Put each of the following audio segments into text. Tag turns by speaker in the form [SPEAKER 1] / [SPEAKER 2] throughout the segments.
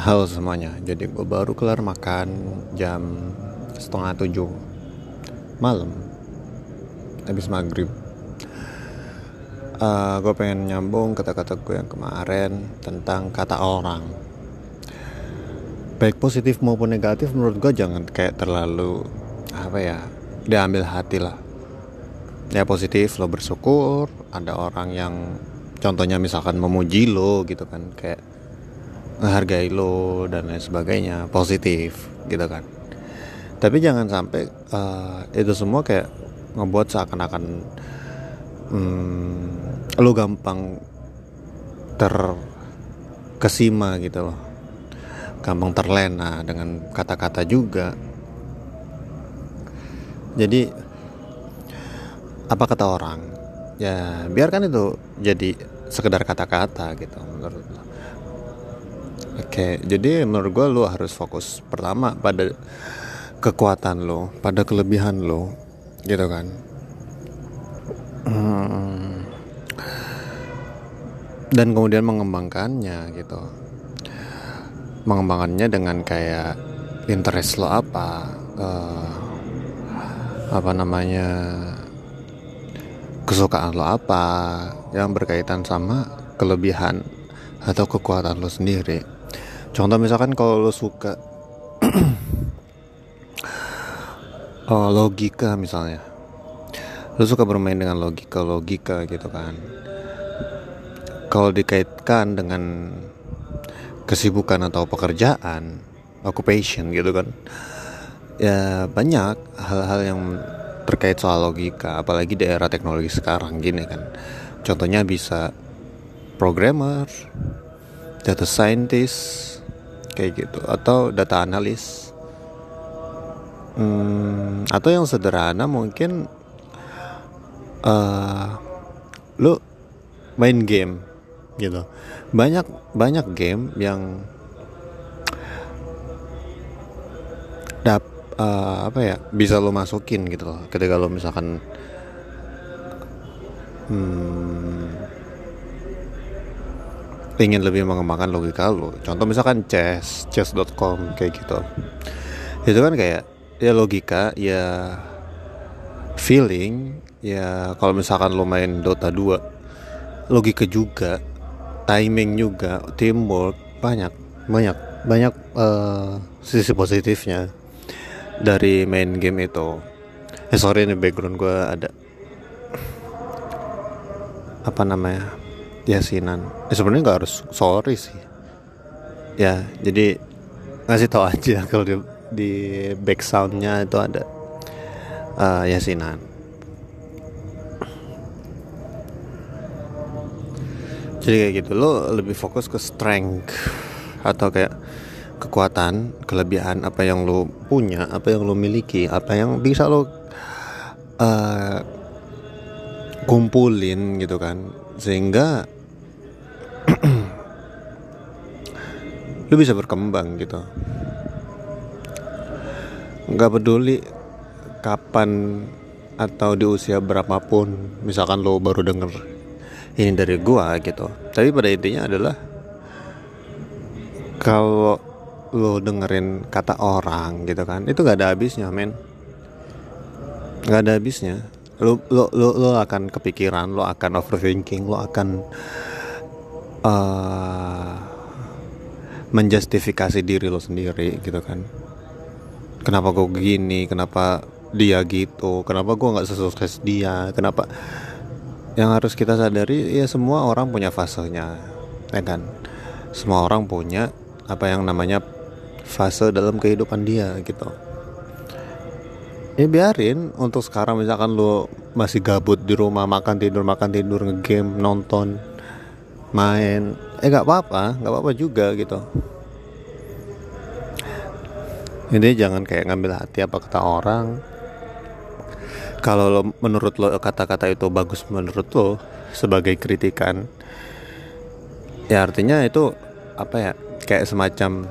[SPEAKER 1] Halo semuanya, jadi gue baru kelar makan jam setengah 7 malam, habis maghrib. Gue pengen nyambung kata-kata gue yang kemarin tentang kata orang. Baik positif maupun negatif, menurut gue jangan kayak terlalu diambil hati lah. Ya positif, lo bersyukur. Ada orang yang contohnya misalkan memuji lo gitu kan, kayak menghargai lo dan lain sebagainya, positif gitu kan. Tapi jangan sampai itu semua kayak ngebuat seakan-akan lo gampang terkesima gitu loh, gampang terlena dengan kata-kata juga. Jadi apa kata orang, ya biarkan itu jadi sekedar kata-kata gitu menurut lo. Oke, jadi menurut gue lo harus fokus pertama pada kekuatan lo, pada kelebihan lo gitu kan. Dan kemudian mengembangkannya gitu, mengembangkannya dengan kayak interest lo apa namanya, kesukaan lo apa yang berkaitan sama kelebihan atau kekuatan lo sendiri. Contoh misalkan kalau lo suka logika misalnya, lo suka bermain dengan logika gitu kan. Kalau dikaitkan dengan kesibukan atau pekerjaan, occupation gitu kan, ya banyak hal-hal yang terkait soal logika, apalagi di era teknologi sekarang gini kan. Contohnya bisa programmer, data scientist kayak gitu, atau data analis, atau yang sederhana mungkin lu main game gitu. Banyak game yang bisa lo masukin gitu loh ketika lo misalkan ingin lebih mengembangkan logika lo. Contoh misalkan chess.com kayak gitu. Itu kan kayak ya logika, ya feeling, ya kalau misalkan lo main Dota 2, logika juga, timing juga, teamwork, banyak sisi positifnya dari main game itu. Sorry nih, background gue ada yasinan. Sebenarnya nggak harus sorry sih. Ya jadi ngasih tau aja kalau di back soundnya itu ada yasinan. Jadi kayak gitu, lo lebih fokus ke strength atau kayak kekuatan, kelebihan apa yang lo punya, apa yang lo miliki, apa yang bisa lo kumpulin gitu kan, sehingga lo bisa berkembang gitu. Nggak peduli kapan atau di usia berapapun, misalkan lo baru denger ini dari gua gitu, tapi pada intinya adalah kalau lo dengerin kata orang gitu kan, itu nggak ada habisnya men, nggak ada habisnya. Lo akan kepikiran, lo akan overthinking, lo akan menjustifikasi diri lo sendiri gitu kan. Kenapa gue gini, kenapa dia gitu, kenapa gue nggak sesukses dia, kenapa. Yang harus kita sadari, ya semua orang punya fasenya, ya kan. Semua orang punya apa yang namanya fase dalam kehidupan dia gitu. Ya biarin untuk sekarang misalkan lo masih gabut di rumah, makan tidur ngegame, nonton, main, nggak apa-apa juga gitu. Ini jangan kayak ngambil hati apa kata orang. Kalau menurut lo kata-kata itu bagus menurut lo sebagai kritikan, ya artinya itu kayak semacam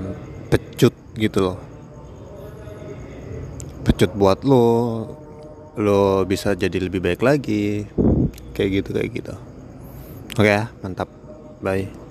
[SPEAKER 1] pecut gitu loh, pecut buat lo lo bisa jadi lebih baik lagi, kayak gitu. Oke ya, mantap, bye.